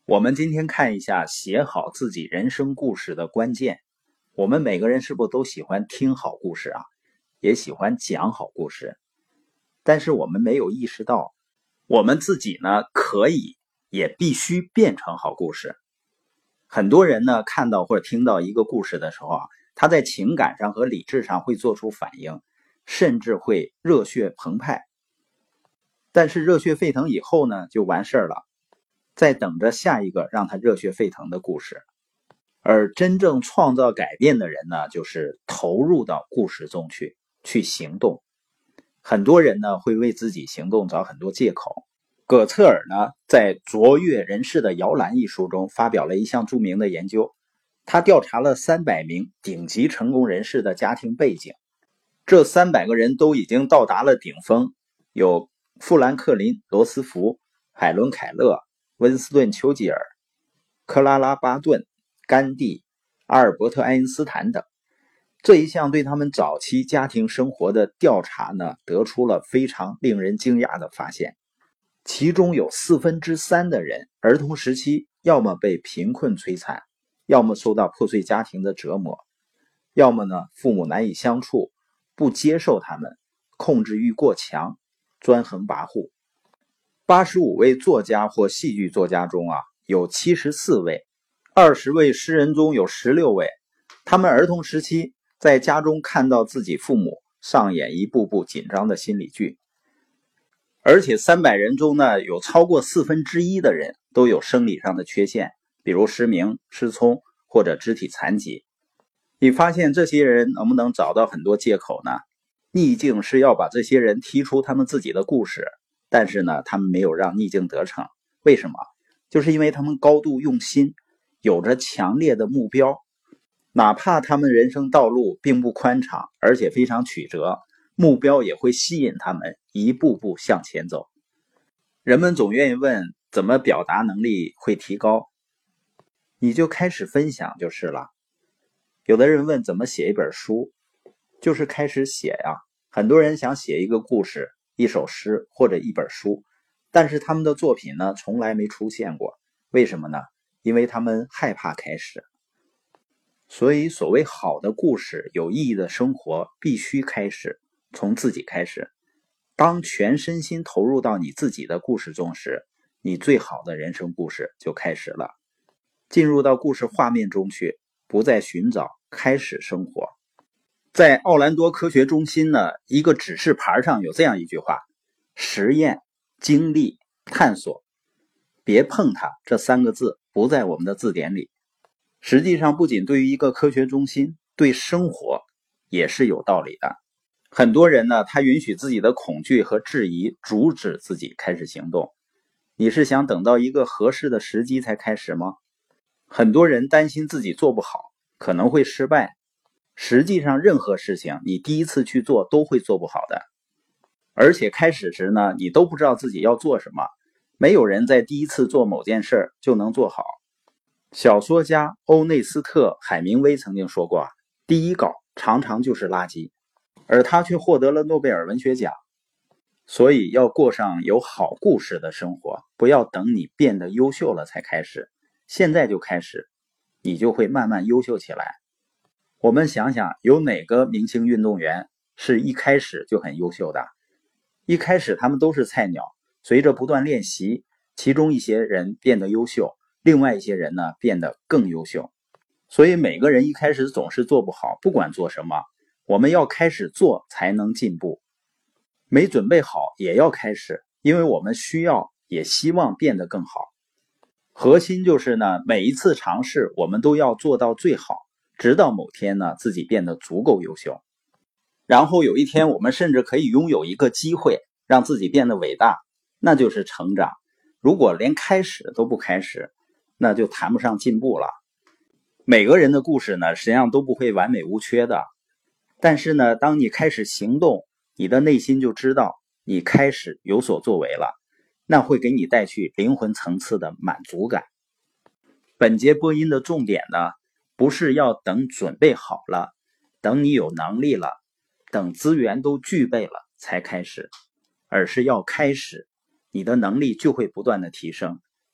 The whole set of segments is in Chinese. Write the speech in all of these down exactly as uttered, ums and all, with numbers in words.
我们今天看一下写好自己人生故事的关键。我们每个人是不是都喜欢听好故事啊？也喜欢讲好故事。但是我们没有意识到，我们自己呢可以也必须变成好故事。很多人呢看到或者听到一个故事的时候啊，他在情感上和理智上会做出反应，甚至会热血澎湃。但是热血沸腾以后呢就完事儿了，在等着下一个让他热血沸腾的故事。而真正创造改变的人呢，就是投入到故事中去，去行动。很多人呢会为自己行动找很多借口。葛策尔呢在《卓越人士的摇篮》一书中发表了一项著名的研究，他调查了三百名顶级成功人士的家庭背景。这三百个人都已经到达了顶峰，有富兰克林·罗斯福、海伦·凯勒、温斯顿·丘吉尔、克拉拉·巴顿、甘地、阿尔伯特·爱因斯坦等。这一项对他们早期家庭生活的调查呢，得出了非常令人惊讶的发现。其中有四分之三的人儿童时期要么被贫困摧残，要么受到破碎家庭的折磨，要么呢父母难以相处，不接受他们，控制欲过强，专横跋扈。八十五位作家或戏剧作家中啊，有七十四位，二十位诗人中有十六位，他们儿童时期在家中看到自己父母上演一步步紧张的心理剧。而且三百人中呢，有超过四分之一的人都有生理上的缺陷，比如失明、失聪或者肢体残疾。你发现这些人能不能找到很多借口呢？逆境是要把这些人踢出他们自己的故事，但是呢，他们没有让逆境得逞。为什么？就是因为他们高度用心，有着强烈的目标，哪怕他们人生道路并不宽敞，而且非常曲折，目标也会吸引他们一步步向前走。人们总愿意问，怎么表达能力会提高？你就开始分享就是了。有的人问怎么写一本书，就是开始写呀。很多人想写一个故事、一首诗或者一本书，但是他们的作品呢，从来没出现过。为什么呢？因为他们害怕开始。所以所谓好的故事、有意义的生活，必须开始，从自己开始。当全身心投入到你自己的故事中时，你最好的人生故事就开始了。进入到故事画面中去，不再寻找，开始生活。在奥兰多科学中心呢，一个指示牌上有这样一句话：实验、经历、探索。别碰它，这三个字不在我们的字典里。实际上不仅对于一个科学中心，对生活也是有道理的。很多人呢，他允许自己的恐惧和质疑阻止自己开始行动。你是想等到一个合适的时机才开始吗？很多人担心自己做不好，可能会失败。实际上任何事情你第一次去做都会做不好的。而且开始时呢，你都不知道自己要做什么。没有人在第一次做某件事就能做好。小说家欧内斯特·海明威曾经说过啊，第一稿常常就是垃圾，而他却获得了诺贝尔文学奖。所以要过上有好故事的生活，不要等你变得优秀了才开始，现在就开始，你就会慢慢优秀起来。我们想想，有哪个明星运动员是一开始就很优秀的？一开始他们都是菜鸟，随着不断练习，其中一些人变得优秀，另外一些人呢变得更优秀。所以每个人一开始总是做不好，不管做什么，我们要开始做才能进步。没准备好也要开始，因为我们需要也希望变得更好。核心就是呢，每一次尝试我们都要做到最好，直到某天呢自己变得足够优秀。然后有一天我们甚至可以拥有一个机会让自己变得伟大，那就是成长。如果连开始都不开始，那就谈不上进步了。每个人的故事呢，实际上都不会完美无缺的。但是呢，当你开始行动，你的内心就知道你开始有所作为了，那会给你带去灵魂层次的满足感。本节播音的重点呢，不是要等准备好了，等你有能力了，等资源都具备了才开始，而是要开始，你的能力就会不断的提升，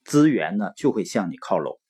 资源呢就会向你靠拢。